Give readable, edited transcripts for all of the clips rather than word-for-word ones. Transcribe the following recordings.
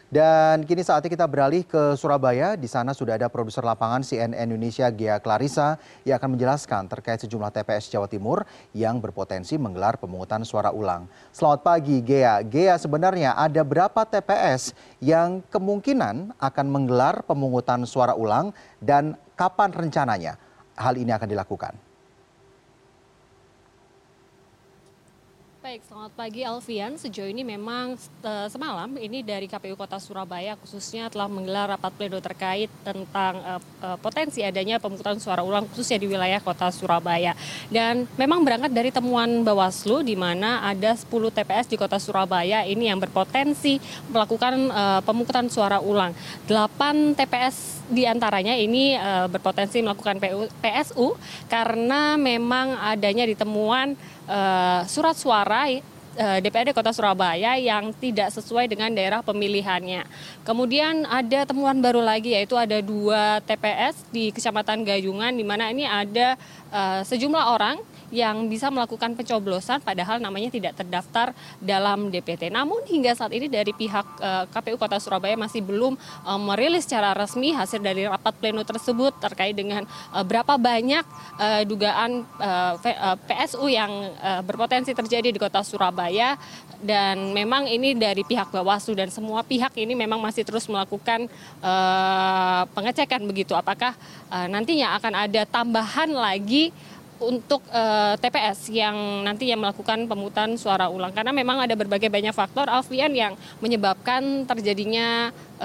Dan kini saatnya kita beralih ke Surabaya. Di sana sudah ada produser lapangan CNN Indonesia Ghea Klarissa yang akan menjelaskan terkait sejumlah TPS Jawa Timur yang berpotensi menggelar pemungutan suara ulang. Selamat pagi Ghea. Ghea, sebenarnya ada berapa TPS yang kemungkinan akan menggelar pemungutan suara ulang dan kapan rencananya hal ini akan dilakukan? Baik, selamat pagi Alfian. Sejauh ini memang semalam ini dari KPU Kota Surabaya khususnya telah menggelar rapat pleno terkait tentang potensi adanya pemungutan suara ulang khususnya di wilayah Kota Surabaya. Dan memang berangkat dari temuan Bawaslu di mana ada 10 TPS di Kota Surabaya ini yang berpotensi melakukan pemungutan suara ulang. 8 TPS diantaranya ini berpotensi melakukan PSU karena memang adanya ditemuan surat suara DPRD Kota Surabaya yang tidak sesuai dengan daerah pemilihannya. Kemudian ada temuan baru lagi yaitu ada 2 TPS di Kecamatan Gayungan di mana ini ada sejumlah orang yang bisa melakukan pencoblosan padahal namanya tidak terdaftar dalam DPT. Namun hingga saat ini dari pihak KPU Kota Surabaya masih belum merilis secara resmi hasil dari rapat pleno tersebut terkait dengan berapa banyak dugaan PSU yang berpotensi terjadi di Kota Surabaya. Dan memang ini dari pihak Bawaslu dan semua pihak ini memang masih terus melakukan pengecekan begitu apakah nantinya akan ada tambahan lagi untuk TPS yang nantinya melakukan pemungutan suara ulang karena memang ada berbagai banyak faktor Alfian yang menyebabkan terjadinya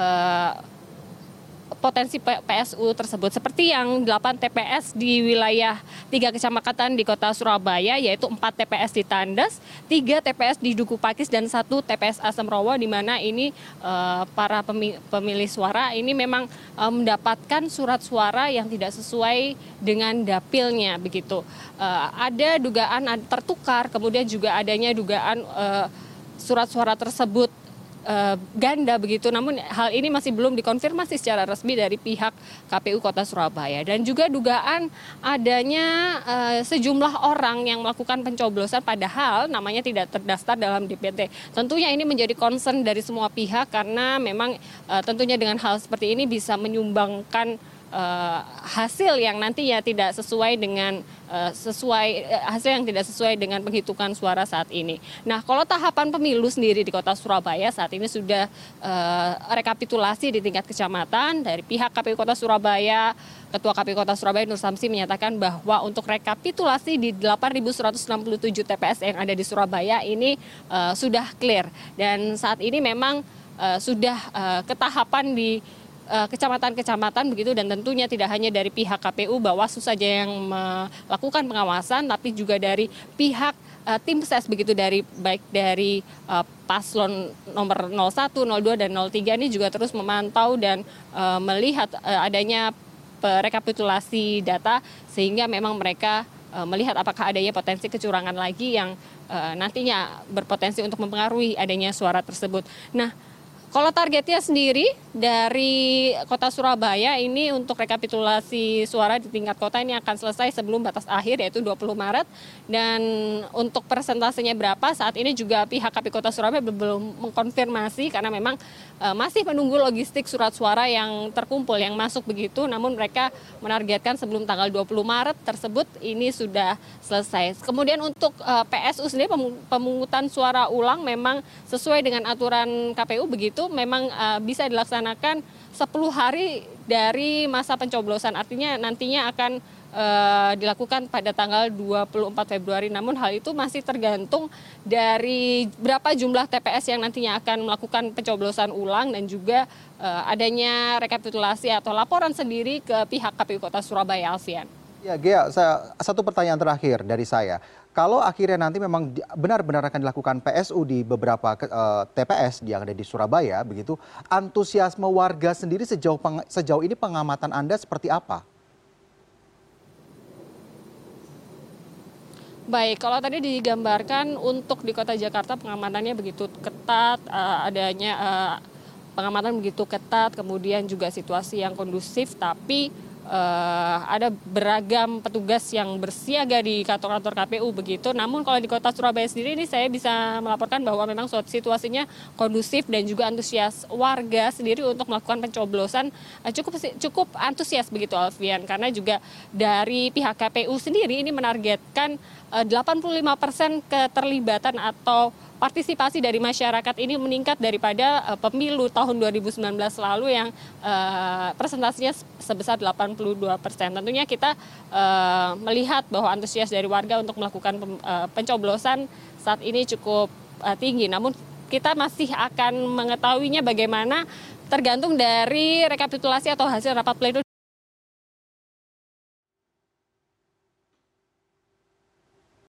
potensi PSU tersebut seperti yang 8 TPS di wilayah 3 kecamatan di Kota Surabaya yaitu 4 TPS di Tandes, 3 TPS di Duku Pakis dan 1 TPS Asemrowo di mana ini para pemilih suara ini memang mendapatkan surat suara yang tidak sesuai dengan dapilnya begitu. Ada dugaan tertukar kemudian juga adanya dugaan surat suara tersebut ganda begitu, namun hal ini masih belum dikonfirmasi secara resmi dari pihak KPU Kota Surabaya dan juga dugaan adanya sejumlah orang yang melakukan pencoblosan padahal namanya tidak terdaftar dalam DPT. Tentunya ini menjadi concern dari semua pihak karena memang tentunya dengan hal seperti ini bisa menyumbangkan hasil yang nantinya tidak sesuai dengan hasil yang tidak sesuai dengan penghitungan suara saat ini. Nah, kalau tahapan pemilu sendiri di Kota Surabaya saat ini sudah rekapitulasi di tingkat kecamatan dari pihak KPU Kota Surabaya. Ketua KPU Kota Surabaya Nur Samsi menyatakan bahwa untuk rekapitulasi di 8.167 TPS yang ada di Surabaya ini sudah clear dan saat ini memang sudah ke tahapan di kecamatan-kecamatan begitu dan tentunya tidak hanya dari pihak KPU Bawaslu saja yang melakukan pengawasan tapi juga dari pihak tim ses begitu baik dari paslon nomor 01, 02 dan 03 ini juga terus memantau dan melihat adanya rekapitulasi data sehingga memang mereka melihat apakah adanya potensi kecurangan lagi yang nantinya berpotensi untuk mempengaruhi adanya suara tersebut. Nah, kalau targetnya sendiri dari Kota Surabaya ini untuk rekapitulasi suara di tingkat kota ini akan selesai sebelum batas akhir yaitu 20 Maret. Dan untuk persentasenya berapa saat ini juga pihak KPU Kota Surabaya belum mengkonfirmasi karena memang masih menunggu logistik surat suara yang terkumpul yang masuk begitu. Namun mereka menargetkan sebelum tanggal 20 Maret tersebut ini sudah selesai. Kemudian untuk PSU sendiri pemungutan suara ulang memang sesuai dengan aturan KPU begitu. Memang bisa dilaksanakan 10 hari dari masa pencoblosan. Artinya nantinya akan dilakukan pada tanggal 24 Februari. Namun hal itu masih tergantung dari berapa jumlah TPS yang nantinya akan melakukan pencoblosan ulang dan juga adanya rekapitulasi atau laporan sendiri ke pihak KPU Kota Surabaya, Alfian. Ya, Ghea, satu pertanyaan terakhir dari saya. Kalau akhirnya nanti memang benar-benar akan dilakukan PSU di beberapa TPS yang ada di Surabaya, begitu, antusiasme warga sendiri sejauh ini pengamatan Anda seperti apa? Baik, kalau tadi digambarkan untuk di Kota Jakarta pengamanannya begitu ketat, adanya pengamanan begitu ketat, kemudian juga situasi yang kondusif, tapi ada beragam petugas yang bersiaga di kantor-kantor KPU begitu. Namun kalau di kota Surabaya sendiri ini saya bisa melaporkan bahwa memang situasinya kondusif dan juga antusias warga sendiri untuk melakukan pencoblosan cukup antusias begitu Alfian, karena juga dari pihak KPU sendiri ini menargetkan 85% keterlibatan atau partisipasi dari masyarakat ini meningkat daripada pemilu tahun 2019 lalu yang presentasinya sebesar 82%. Tentunya kita melihat bahwa antusias dari warga untuk melakukan pencoblosan saat ini cukup tinggi. Namun kita masih akan mengetahuinya bagaimana tergantung dari rekapitulasi atau hasil rapat pleno